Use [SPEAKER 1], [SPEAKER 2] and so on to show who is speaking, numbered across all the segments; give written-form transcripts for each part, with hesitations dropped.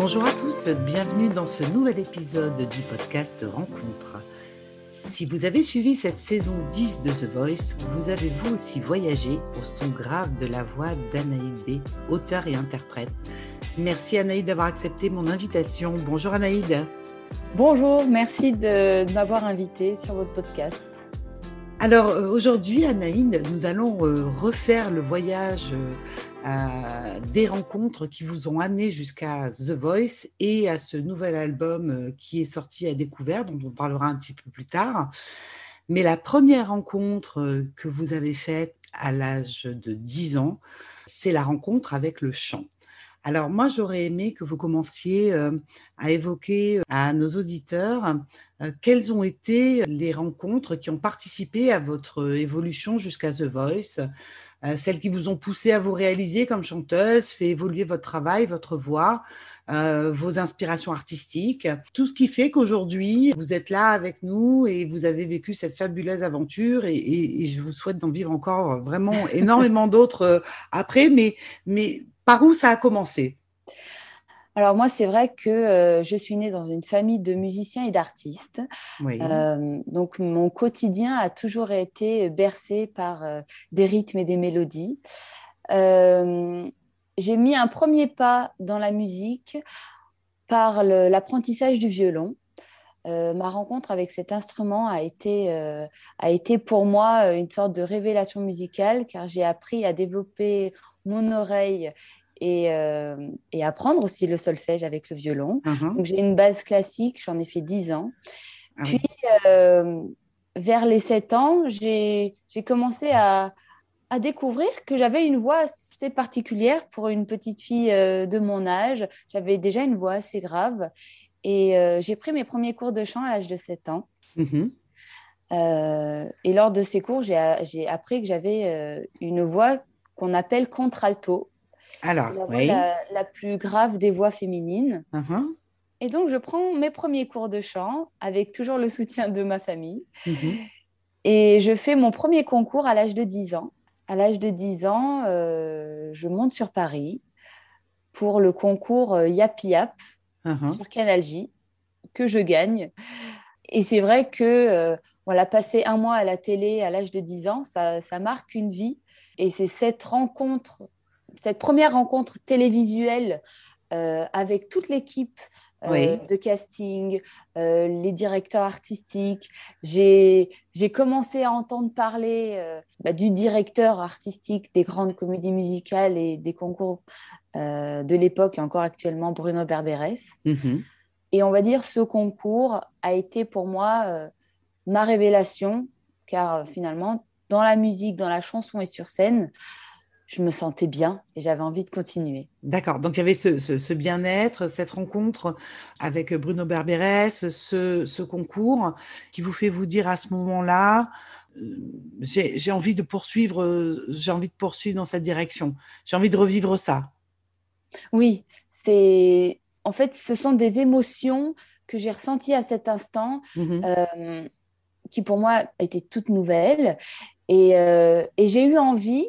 [SPEAKER 1] Bonjour à tous, bienvenue dans ce nouvel épisode du podcast Rencontre. Si vous avez suivi cette saison 10 de The Voice, vous avez vous aussi voyagé au son grave de la voix d'Anaïd B, auteure et interprète. Merci Anaïd d'avoir accepté mon invitation. Bonjour Anaïd.
[SPEAKER 2] Bonjour, merci de m'avoir invitée sur votre podcast.
[SPEAKER 1] Alors aujourd'hui Anaïd, nous allons refaire le voyage des rencontres qui vous ont amené jusqu'à The Voice et à ce nouvel album qui est sorti à découvert, dont on parlera un petit peu plus tard. Mais la première rencontre que vous avez faite à l'âge de 10 ans, c'est la rencontre avec le chant. Alors moi, j'aurais aimé que vous commenciez à évoquer à nos auditeurs quelles ont été les rencontres qui ont participé à votre évolution jusqu'à The Voice, celles qui vous ont poussé à vous réaliser comme chanteuse, fait évoluer votre travail, votre voix, vos inspirations artistiques, tout ce qui fait qu'aujourd'hui, vous êtes là avec nous et vous avez vécu cette fabuleuse aventure et je vous souhaite d'en vivre encore vraiment énormément d'autres après, mais par où ça a commencé?
[SPEAKER 2] Alors moi, c'est vrai que je suis née dans une famille de musiciens et d'artistes.
[SPEAKER 1] Oui.
[SPEAKER 2] Donc mon quotidien a toujours été bercé par des rythmes et des mélodies. J'ai mis un premier pas dans la musique par l'apprentissage du violon. Ma rencontre avec cet instrument a été pour moi une sorte de révélation musicale car j'ai appris à développer mon oreille et apprendre aussi le solfège avec le violon.
[SPEAKER 1] Uh-huh.
[SPEAKER 2] Donc j'ai une base classique, j'en ai fait 10 ans.
[SPEAKER 1] Ah
[SPEAKER 2] Puis
[SPEAKER 1] oui.
[SPEAKER 2] euh, vers les 7 ans, j'ai commencé à découvrir que j'avais une voix assez particulière pour une petite fille de mon âge. J'avais déjà une voix assez grave. Et j'ai pris mes premiers cours de chant à l'âge de 7 ans.
[SPEAKER 1] Mhm.
[SPEAKER 2] Et lors de ces cours, j'ai appris que j'avais une voix qu'on appelle contralto. C'est
[SPEAKER 1] Alors,
[SPEAKER 2] la voix
[SPEAKER 1] oui.
[SPEAKER 2] la plus grave des voix féminines.
[SPEAKER 1] Uh-huh.
[SPEAKER 2] Et donc, je prends mes premiers cours de chant avec toujours le soutien de ma famille.
[SPEAKER 1] Mhm.
[SPEAKER 2] Et je fais mon premier concours à l'âge de 10 ans. À l'âge de 10 ans, je monte sur Paris pour le concours Yap Yap
[SPEAKER 1] Uh-huh.
[SPEAKER 2] sur Canal J, que je gagne. Et c'est vrai que voilà, passer un mois à la télé à l'âge de 10 ans, ça marque une vie. Et c'est cette rencontre, cette première rencontre télévisuelle avec toute l'équipe
[SPEAKER 1] Oui.
[SPEAKER 2] de casting, les directeurs artistiques. J'ai commencé à entendre parler du directeur artistique des grandes comédies musicales et des concours de l'époque et encore actuellement, Bruno Berberès.
[SPEAKER 1] Mhm.
[SPEAKER 2] Et on va dire ce concours a été pour moi ma révélation, car finalement, dans la musique, dans la chanson et sur scène, je me sentais bien et j'avais envie de continuer.
[SPEAKER 1] D'accord. Donc, il y avait ce bien-être, cette rencontre avec Bruno Berberès, ce concours qui vous fait vous dire à ce moment-là, j'ai envie de poursuivre, j'ai envie de poursuivre dans cette direction. J'ai envie de revivre ça.
[SPEAKER 2] Oui, c'est en fait, ce sont des émotions que j'ai ressenties à cet instant,
[SPEAKER 1] Mhm.
[SPEAKER 2] euh, qui pour moi étaient toutes nouvelles. Et j'ai eu envie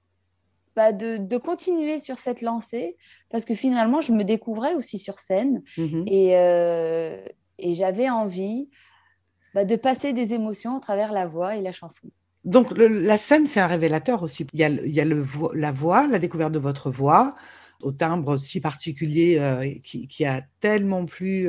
[SPEAKER 2] de continuer sur cette lancée parce que finalement, je me découvrais aussi sur scène
[SPEAKER 1] Mhm.
[SPEAKER 2] et, euh, et j'avais envie de passer des émotions à travers la voix et la chanson.
[SPEAKER 1] Donc, la scène, c'est un révélateur aussi. Il y a la voix, la découverte de votre voix, au timbre si particulier qui a tellement plu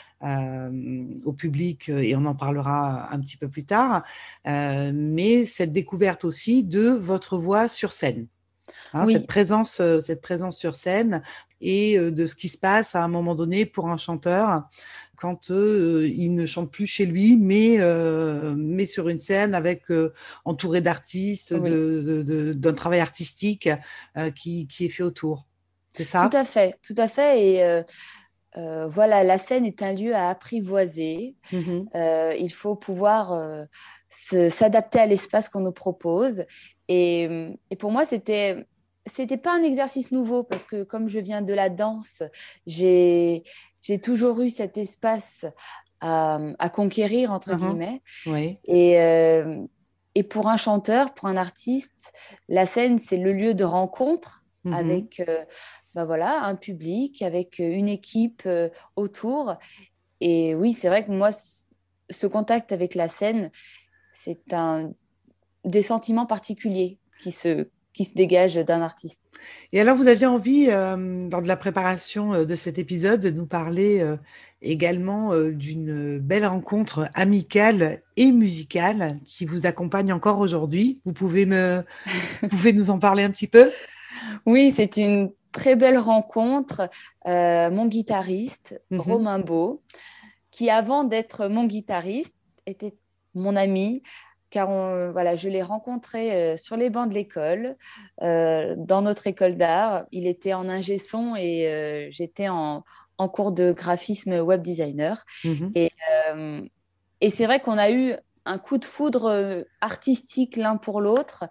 [SPEAKER 1] au public, et on en parlera un petit peu plus tard, mais cette découverte aussi de votre voix sur scène. Hein,
[SPEAKER 2] Oui,
[SPEAKER 1] cette présence sur scène et de ce qui se passe à un moment donné pour un chanteur quand il ne chante plus chez lui, mais sur une scène avec entouré d'artistes,
[SPEAKER 2] oui,
[SPEAKER 1] d'un travail artistique qui est fait autour. C'est
[SPEAKER 2] tout
[SPEAKER 1] ça?
[SPEAKER 2] à fait, tout à fait. Et voilà, la scène est un lieu à apprivoiser.
[SPEAKER 1] Mhm.
[SPEAKER 2] Il faut pouvoir s'adapter à l'espace qu'on nous propose. Et pour moi, c'était pas un exercice nouveau parce que comme je viens de la danse, j'ai, j'ai toujours eu cet espace à conquérir, entre
[SPEAKER 1] Mhm.
[SPEAKER 2] guillemets.
[SPEAKER 1] Oui.
[SPEAKER 2] Et, euh, et pour un chanteur, pour un artiste, la scène, c'est le lieu de rencontre.
[SPEAKER 1] Mhm.
[SPEAKER 2] avec bah voilà, un public, avec une équipe autour. Et oui, c'est vrai que moi, ce contact avec la scène, c'est des sentiments particuliers qui se dégagent d'un artiste.
[SPEAKER 1] Et alors, vous aviez envie, lors de la préparation de cet épisode, de nous parler également d'une belle rencontre amicale et musicale qui vous accompagne encore aujourd'hui. Vous pouvez nous en parler un petit peu?
[SPEAKER 2] Oui, c'est une très belle rencontre. Mon guitariste,
[SPEAKER 1] Mhm,
[SPEAKER 2] Romain Beau, qui avant d'être mon guitariste, était mon ami, car voilà, je l'ai rencontré sur les bancs de l'école, dans notre école d'art. Il était en ingé son et j'étais en cours de graphisme web designer.
[SPEAKER 1] mhm.
[SPEAKER 2] Et, euh, et c'est vrai qu'on a eu un coup de foudre artistique l'un pour l'autre.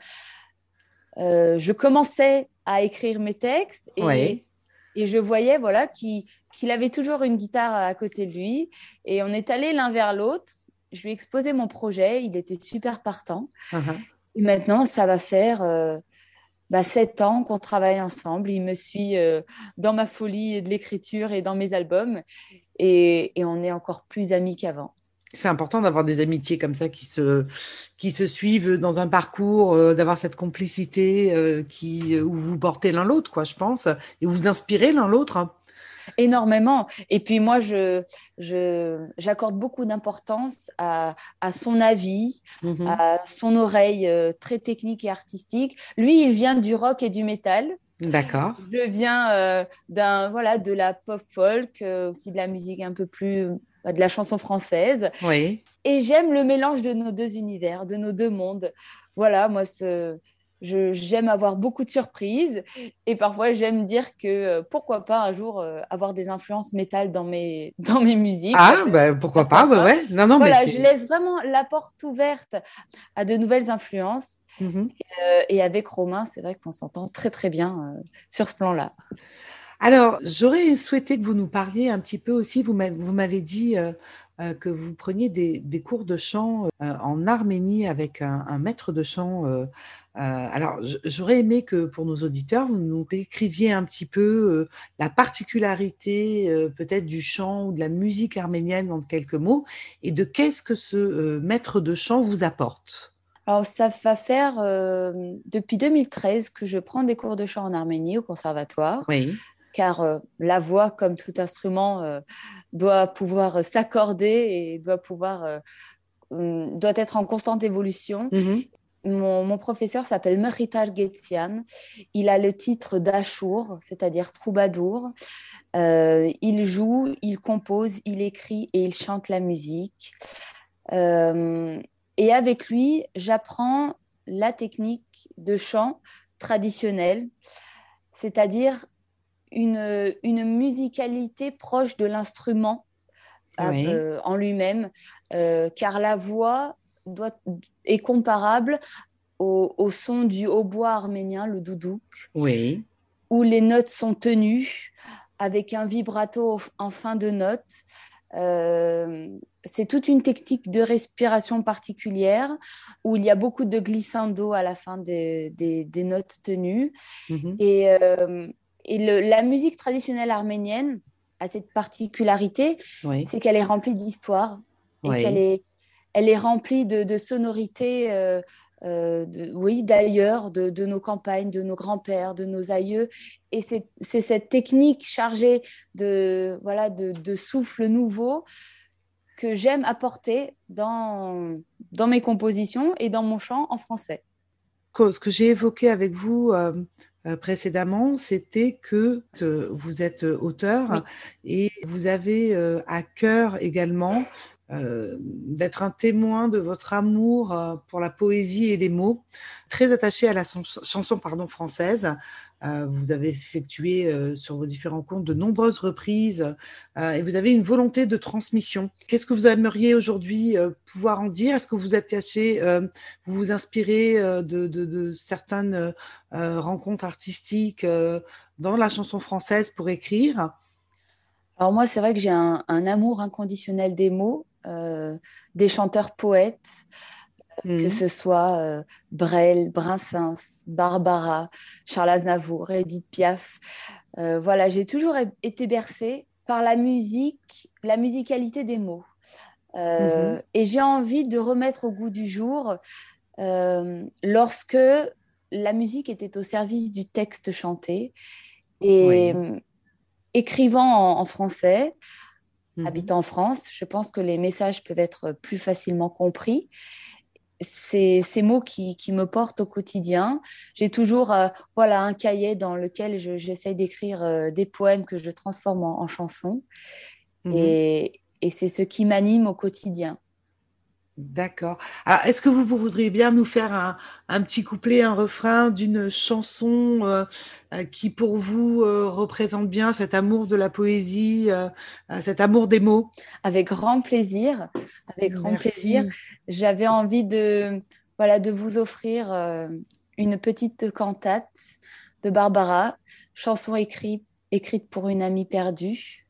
[SPEAKER 2] Je commençais à écrire mes textes
[SPEAKER 1] Oui.
[SPEAKER 2] et je voyais voilà, qu'il avait toujours une guitare à côté de lui. Et on est allés l'un vers l'autre. Je lui ai exposé mon projet. Il était super partant.
[SPEAKER 1] Mhm.
[SPEAKER 2] Et maintenant, ça va faire 7 ans qu'on travaille ensemble. Il me suit dans ma folie de l'écriture et dans mes albums. Et on est encore plus amis qu'avant.
[SPEAKER 1] C'est important d'avoir des amitiés comme ça qui se suivent dans un parcours, d'avoir cette complicité où vous portez l'un l'autre, quoi, je pense, et vous inspirez l'un l'autre, hein.
[SPEAKER 2] Énormément. Et puis moi, j'accorde beaucoup d'importance à son avis,
[SPEAKER 1] Mhm.
[SPEAKER 2] à son oreille très technique et artistique. Lui, il vient du rock et du métal.
[SPEAKER 1] D'accord.
[SPEAKER 2] Je viens voilà, de la pop folk, aussi de la musique un peu plus, de la chanson française.
[SPEAKER 1] Oui.
[SPEAKER 2] Et j'aime le mélange de nos deux univers, de nos deux mondes. Voilà, moi, j'aime avoir beaucoup de surprises et parfois j'aime dire que pourquoi pas un jour avoir des influences métal dans mes musiques, ça
[SPEAKER 1] Ah,
[SPEAKER 2] peut être
[SPEAKER 1] ben,
[SPEAKER 2] super
[SPEAKER 1] pourquoi pas, ouais,
[SPEAKER 2] sympa.
[SPEAKER 1] ouais. Non, non, mais
[SPEAKER 2] Voilà, je
[SPEAKER 1] c'est.
[SPEAKER 2] laisse vraiment la porte ouverte à de nouvelles influences
[SPEAKER 1] Mhm.
[SPEAKER 2] et avec Romain, c'est vrai qu'on s'entend très très bien sur ce plan-là.
[SPEAKER 1] Alors, j'aurais souhaité que vous nous parliez un petit peu aussi. Vous m'avez dit que vous preniez des cours de chant en Arménie avec un maître de chant. Alors, j'aurais aimé que pour nos auditeurs, vous nous décriviez un petit peu la particularité peut-être du chant ou de la musique arménienne en quelques mots, et de qu'est-ce que ce maître de chant vous apporte.
[SPEAKER 2] Alors, ça va faire depuis 2013 que je prends des cours de chant en Arménie au conservatoire.
[SPEAKER 1] Oui.
[SPEAKER 2] Car la voix, comme tout instrument, doit pouvoir s'accorder et doit être en constante évolution.
[SPEAKER 1] Mhm.
[SPEAKER 2] Mon professeur s'appelle Meritar Getzian. Il a le titre d'Achour, c'est-à-dire troubadour. Il joue, il compose, il écrit et il chante la musique. Euh, et avec lui, j'apprends la technique de chant traditionnelle, c'est-à-dire une musicalité proche de l'instrument
[SPEAKER 1] Oui.
[SPEAKER 2] en lui-même, car la voix doit, est comparable au son du hautbois arménien, le doudouk,
[SPEAKER 1] Oui.
[SPEAKER 2] où les notes sont tenues avec un vibrato en fin de note. Euh, c'est toute une technique de respiration particulière où il y a beaucoup de glissando à la fin des notes tenues.
[SPEAKER 1] Mhm.
[SPEAKER 2] Et, la musique traditionnelle arménienne a cette particularité,
[SPEAKER 1] Oui.
[SPEAKER 2] c'est qu'elle est remplie d'histoire et
[SPEAKER 1] Oui.
[SPEAKER 2] elle est remplie de sonorités, oui, d'ailleurs, de nos campagnes, de nos grands-pères, de nos aïeux. Et c'est cette technique chargée voilà, de souffle nouveau que j'aime apporter dans mes compositions et dans mon chant en français.
[SPEAKER 1] Ce que j'ai évoqué avec vous précédemment, c'était que vous êtes auteur
[SPEAKER 2] Oui.
[SPEAKER 1] et vous avez à cœur également d'être un témoin de votre amour pour la poésie et les mots, très attaché à la chanson pardon, française. Vous avez effectué sur vos différents comptes de nombreuses reprises et vous avez une volonté de transmission. Qu'est-ce que vous aimeriez aujourd'hui pouvoir en dire? Est-ce que vous attachez vous vous inspirez de certaines rencontres artistiques dans la chanson française pour écrire?
[SPEAKER 2] Alors moi, c'est vrai que j'ai un amour inconditionnel des mots, des chanteurs poètes. que
[SPEAKER 1] Mhm.
[SPEAKER 2] ce soit Brel, Brassens, Barbara, Charles Aznavour, Edith Piaf. Voilà, j'ai toujours été bercée par la musicalité des mots.
[SPEAKER 1] Mhm.
[SPEAKER 2] Et j'ai envie de remettre au goût du jour lorsque la musique était au service du texte chanté et
[SPEAKER 1] Oui.
[SPEAKER 2] écrivant en français,
[SPEAKER 1] Mhm.
[SPEAKER 2] habitant en France, je pense que les messages peuvent être plus facilement compris. C'est ces mots qui me portent au quotidien. J'ai toujours voilà, un cahier dans lequel j'essaye d'écrire des poèmes que je transforme en chansons.
[SPEAKER 1] Mhm.
[SPEAKER 2] Et c'est ce qui m'anime au quotidien.
[SPEAKER 1] D'accord. Alors, est-ce que vous voudriez bien nous faire un petit couplet, un refrain d'une chanson qui, pour vous, représente bien cet amour de la poésie, cet amour des mots?
[SPEAKER 2] Avec grand plaisir, avec grand plaisir.
[SPEAKER 1] Merci.
[SPEAKER 2] J'avais envie de, voilà, de vous offrir une petite cantate de Barbara, chanson écrite pour une amie perdue.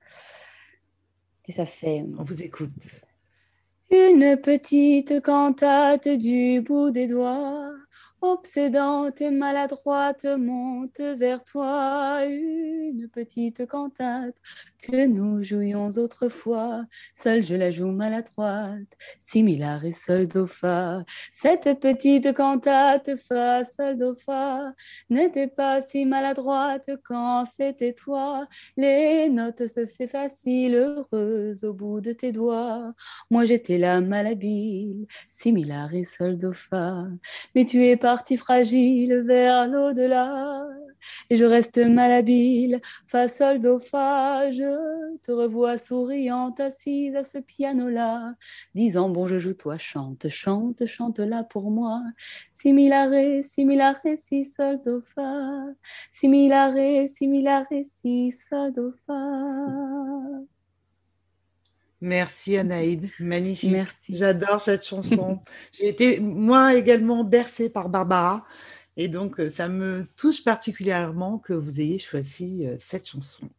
[SPEAKER 2] Et ça fait
[SPEAKER 1] On vous écoute.
[SPEAKER 2] une petite cantate du bout des doigts, obsédante et maladroite, monte vers toi. Une petite cantate que nous jouions autrefois, seule je la joue maladroite, similar et sol do fa. Cette petite cantate fa sol do fa n'était pas si maladroite quand c'était toi. Les notes se fait facile, heureuse au bout de tes doigts. Moi j'étais là malhabile, similar et sol do fa. Mais tu es parti fragile vers l'au-delà. Et je reste malhabile, fa sol do fa. Je te revois souriante assise à ce piano-là, disant bon je joue toi chante, chante, chante là pour moi. Similare, similare, si sol do fa. Similare, similare, si sol do fa.
[SPEAKER 1] Merci Anaïd, magnifique.
[SPEAKER 2] Merci.
[SPEAKER 1] J'adore cette chanson. J'ai été moi également bercée par Barbara et donc ça me touche particulièrement que vous ayez choisi cette chanson.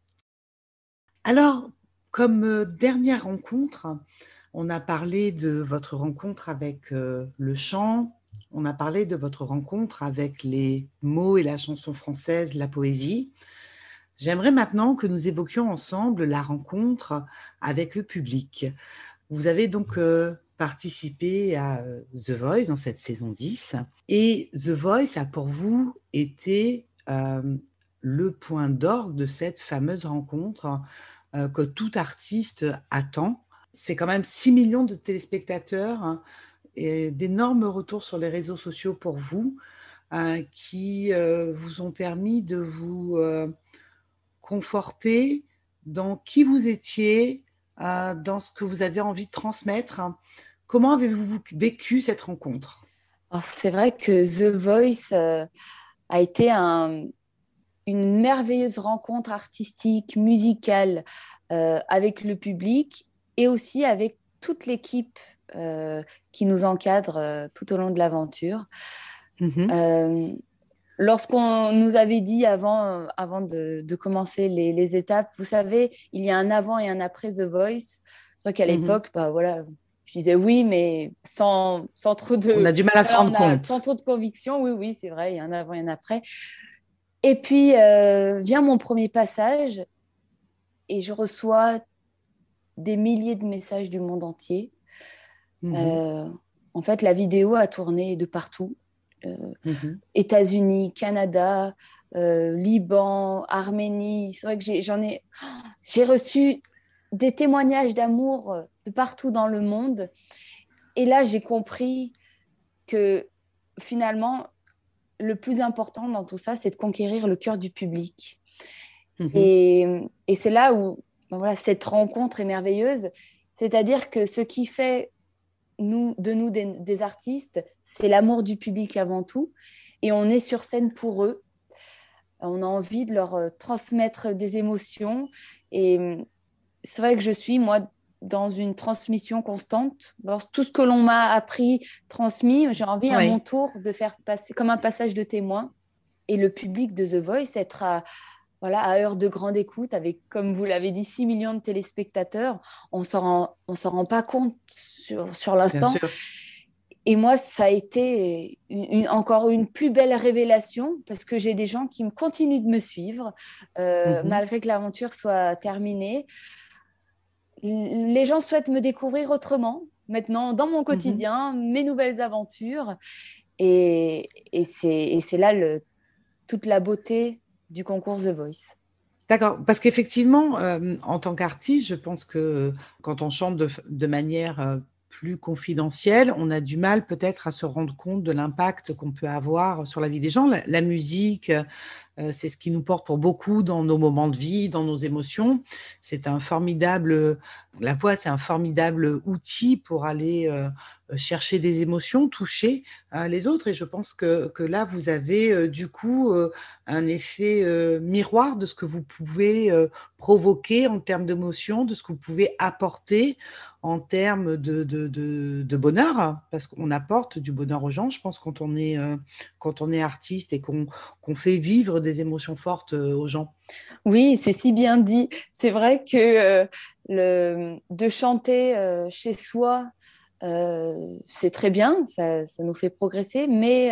[SPEAKER 1] Alors, comme dernière rencontre, on a parlé de votre rencontre avec le chant, on a parlé de votre rencontre avec les mots et la chanson française, la poésie. J'aimerais maintenant que nous évoquions ensemble la rencontre avec le public. Vous avez donc participé à The Voice dans cette saison 10 et The Voice a pour vous été le point d'orgue de cette fameuse rencontre que tout artiste attend. C'est quand même 6 millions de téléspectateurs hein, et d'énormes retours sur les réseaux sociaux pour vous qui vous ont permis de vous conforter dans qui vous étiez, dans ce que vous avez envie de transmettre. Comment avez-vous vécu cette rencontre?
[SPEAKER 2] Alors, c'est vrai que The Voice a été une merveilleuse rencontre artistique, musicale avec le public et aussi avec toute l'équipe euh, qui nous encadre tout au long de l'aventure.
[SPEAKER 1] Mhm,
[SPEAKER 2] Euh, Lorsqu'on nous avait dit avant de commencer les étapes, vous savez, il y a un avant et un après The Voice. C'est vrai qu'à
[SPEAKER 1] mhm.
[SPEAKER 2] l'époque, bah, voilà, je disais oui, mais sans trop
[SPEAKER 1] On
[SPEAKER 2] de,
[SPEAKER 1] a du mal à se
[SPEAKER 2] voilà,
[SPEAKER 1] rendre
[SPEAKER 2] sans
[SPEAKER 1] compte.
[SPEAKER 2] trop de conviction. Oui, oui, c'est vrai, il y a un avant et un après. Et puis vient mon premier passage et je reçois des milliers de messages du monde entier.
[SPEAKER 1] Mhm,
[SPEAKER 2] Euh, En fait, la vidéo a tourné de partout. Euh,
[SPEAKER 1] mhm,
[SPEAKER 2] États-Unis, Canada, Liban, Arménie. C'est vrai que j'ai reçu des témoignages d'amour de partout dans le monde. Et là, j'ai compris que finalement, le plus important dans tout ça, c'est de conquérir le cœur du public.
[SPEAKER 1] mhm,
[SPEAKER 2] Et, et c'est là où ben voilà, cette rencontre est merveilleuse. C'est-à-dire que ce qui fait de nous des artistes, c'est l'amour du public avant tout. Et on est sur scène pour eux. On a envie de leur transmettre des émotions. Et c'est vrai que je suis, moi, dans une transmission constante. Alors, tout ce que l'on m'a appris, transmis, j'ai envie à mon
[SPEAKER 1] oui.
[SPEAKER 2] tour de faire passer comme un passage de témoin. Et le public de The Voice, être voilà, à heure de grande écoute, avec, comme vous l'avez dit, 6 millions de téléspectateurs, on s'en rend pas compte sur
[SPEAKER 1] Bien
[SPEAKER 2] l'instant.
[SPEAKER 1] sûr.
[SPEAKER 2] Et moi, ça a été encore une plus belle révélation parce que j'ai des gens qui continuent de me suivre
[SPEAKER 1] Mhm,
[SPEAKER 2] malgré que l'aventure soit terminée. Les gens souhaitent me découvrir autrement, maintenant, dans mon
[SPEAKER 1] mhm.
[SPEAKER 2] quotidien, mes nouvelles aventures. Et c'est là toute la beauté du concours The Voice.
[SPEAKER 1] D'accord, parce qu'effectivement, en tant qu'artiste, je pense que quand on chante de manière plus confidentielle, on a du mal peut-être à se rendre compte de l'impact qu'on peut avoir sur la vie des gens. La musique, c'est ce qui nous porte pour beaucoup dans nos moments de vie, dans nos émotions. C'est un formidable, la voix, c'est un formidable outil pour aller chercher des émotions, toucher les autres. Et je pense que là, vous avez du coup un effet miroir de ce que vous pouvez provoquer en termes d'émotions, de ce que vous pouvez apporter en termes de bonheur, parce qu'on apporte du bonheur aux gens, je pense, quand on est artiste et qu'on fait vivre des émotions fortes aux gens.
[SPEAKER 2] Oui, c'est si bien dit. C'est vrai que de chanter chez soi, c'est très bien, ça nous fait progresser, mais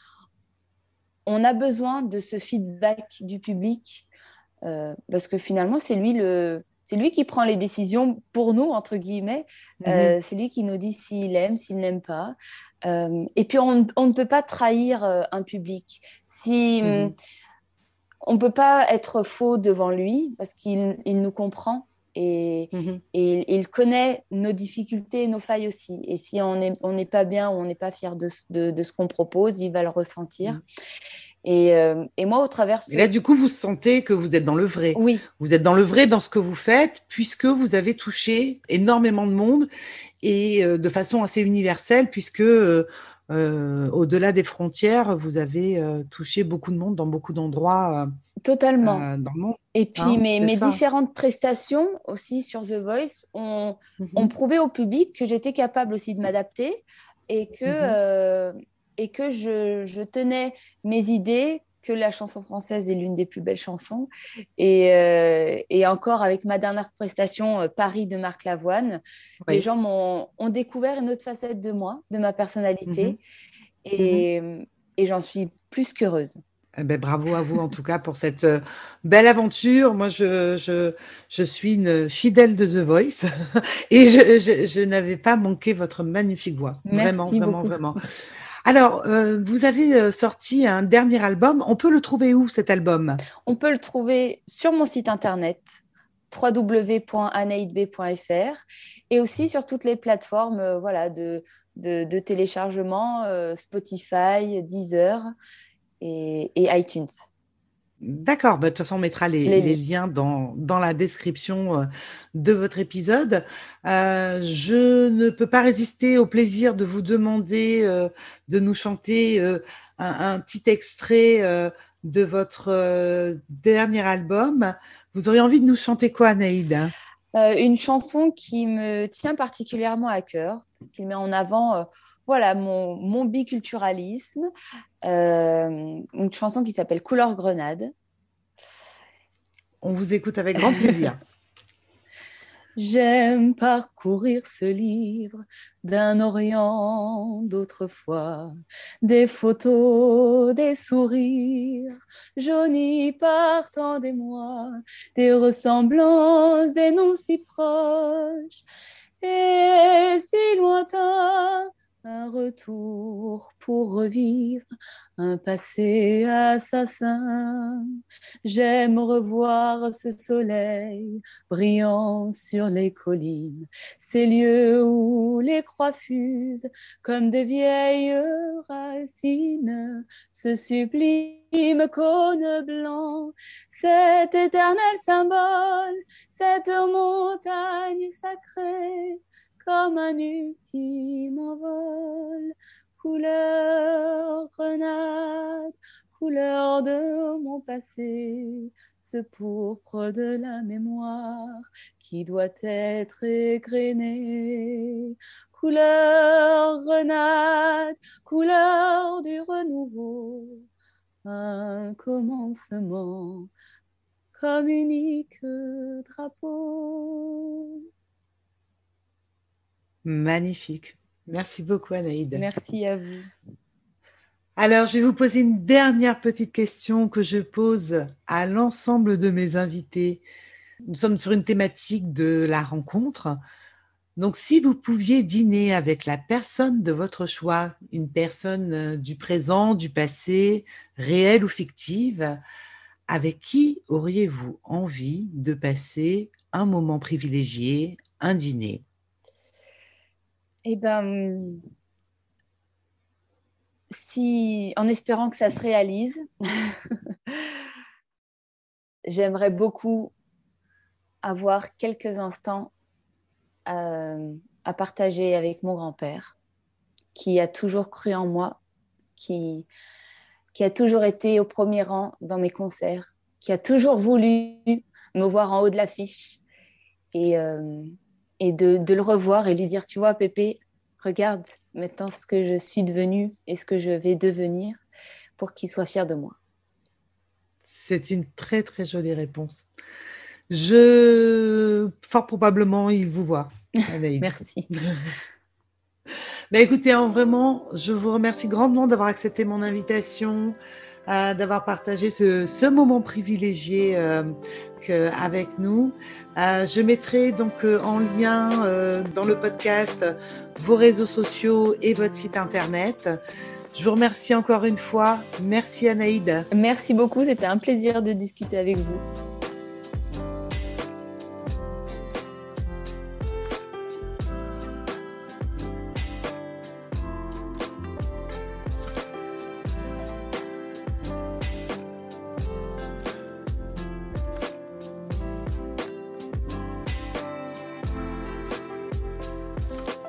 [SPEAKER 2] on a besoin de ce feedback du public parce que finalement, c'est lui qui prend les décisions pour nous, entre guillemets.
[SPEAKER 1] Mhm,
[SPEAKER 2] C'est lui qui nous dit s'il aime, s'il n'aime pas. Et puis, on ne peut pas trahir un public. Si,
[SPEAKER 1] mhm,
[SPEAKER 2] on ne peut pas être faux devant lui parce qu'il nous comprend
[SPEAKER 1] mhm,
[SPEAKER 2] et il connaît nos difficultés et nos failles aussi. Et si on n'est pas bien ou on n'est pas fier de ce qu'on propose, il va le ressentir.
[SPEAKER 1] mhm.
[SPEAKER 2] Et moi, au travers
[SPEAKER 1] Et là,
[SPEAKER 2] ce...
[SPEAKER 1] du coup, vous sentez que vous êtes dans le vrai.
[SPEAKER 2] Oui,
[SPEAKER 1] Vous êtes dans le vrai dans ce que vous faites, puisque vous avez touché énormément de monde et de façon assez universelle, puisque au-delà des frontières, vous avez touché beaucoup de monde dans beaucoup d'endroits
[SPEAKER 2] totalement.
[SPEAKER 1] dans le monde.
[SPEAKER 2] Et puis
[SPEAKER 1] Hein, c'est
[SPEAKER 2] mes
[SPEAKER 1] ça.
[SPEAKER 2] différentes prestations aussi sur The Voice ont
[SPEAKER 1] Mhm,
[SPEAKER 2] prouvé au public que j'étais capable aussi de m'adapter et
[SPEAKER 1] mhm,
[SPEAKER 2] que je tenais mes idées, que la chanson française est l'une des plus belles chansons. Et encore avec ma dernière prestation, Paris de Marc Lavoine, les
[SPEAKER 1] oui.
[SPEAKER 2] gens ont découvert une autre facette de moi, de ma
[SPEAKER 1] Mhm,
[SPEAKER 2] personnalité
[SPEAKER 1] mhm.
[SPEAKER 2] et, et j'en suis plus qu'heureuse.
[SPEAKER 1] Eh ben, bravo à vous en tout cas pour cette belle aventure. Moi, je suis une fidèle de The Voice et je n'avais pas manqué votre magnifique voix. Vraiment,
[SPEAKER 2] Merci
[SPEAKER 1] vraiment,
[SPEAKER 2] beaucoup.
[SPEAKER 1] vraiment. Alors, vous avez sorti un dernier album. On peut le trouver où cet album?
[SPEAKER 2] On peut le trouver sur mon site internet www.anaidb.fr et aussi sur toutes les plateformes voilà, de téléchargement, Spotify, Deezer et iTunes.
[SPEAKER 1] D'accord, bah, de toute façon, on mettra les
[SPEAKER 2] Les...
[SPEAKER 1] liens dans la description de votre épisode. Je ne peux pas résister au plaisir de vous demander de nous chanter un petit extrait de votre dernier album. Vous auriez envie de nous chanter quoi, Anaïd?
[SPEAKER 2] Une chanson qui me tient particulièrement à cœur, parce qu'il met en avant voilà, mon biculturalisme, une chanson qui s'appelle Couleur Grenade.
[SPEAKER 1] On vous écoute avec grand plaisir.
[SPEAKER 2] J'aime parcourir ce livre d'un Orient d'autrefois, des photos, des sourires, jaunis par tant d'émoi, des ressemblances, des noms si proches et si lointains. Un retour pour revivre un passé assassin. J'aime revoir ce soleil brillant sur les collines, ces lieux où les croix fusent comme de vieilles racines, ce sublime cône blanc, cet éternel symbole, cette montagne sacrée, comme un ultime envol, couleur grenade, couleur de mon passé, ce pourpre de la mémoire qui doit être égrené. Couleur grenade, couleur du renouveau, un commencement comme unique drapeau.
[SPEAKER 1] Magnifique. Merci beaucoup, Anaïd.
[SPEAKER 2] Merci à vous.
[SPEAKER 1] Alors, je vais vous poser une dernière petite question que je pose à l'ensemble de mes invités. Nous sommes sur une thématique de la rencontre. Donc, si vous pouviez dîner avec la personne de votre choix, une personne du présent, du passé, réelle ou fictive, avec qui auriez-vous envie de passer un moment privilégié, un dîner?
[SPEAKER 2] Eh ben, si, en espérant que ça se réalise, j'aimerais beaucoup avoir quelques instants à partager avec mon grand-père, qui a toujours cru en moi, qui, qui a toujours été au premier rang dans mes concerts, qui a toujours voulu me voir en haut de l'affiche et de le revoir et lui dire, tu vois, Pépé, regarde maintenant ce que je suis devenue et ce que je vais devenir pour qu'il soit fier de moi.
[SPEAKER 1] C'est une très très jolie réponse. Fort probablement, il vous voit, Anaïd.
[SPEAKER 2] Merci.
[SPEAKER 1] Mais écoutez, hein, vraiment, je vous remercie grandement d'avoir accepté mon invitation, d'avoir partagé ce moment privilégié avec nous. Je mettrai donc en lien dans le podcast vos réseaux sociaux et votre site internet. Je vous remercie encore une fois. Merci Anaïd.
[SPEAKER 2] Merci beaucoup, c'était un plaisir de discuter avec vous.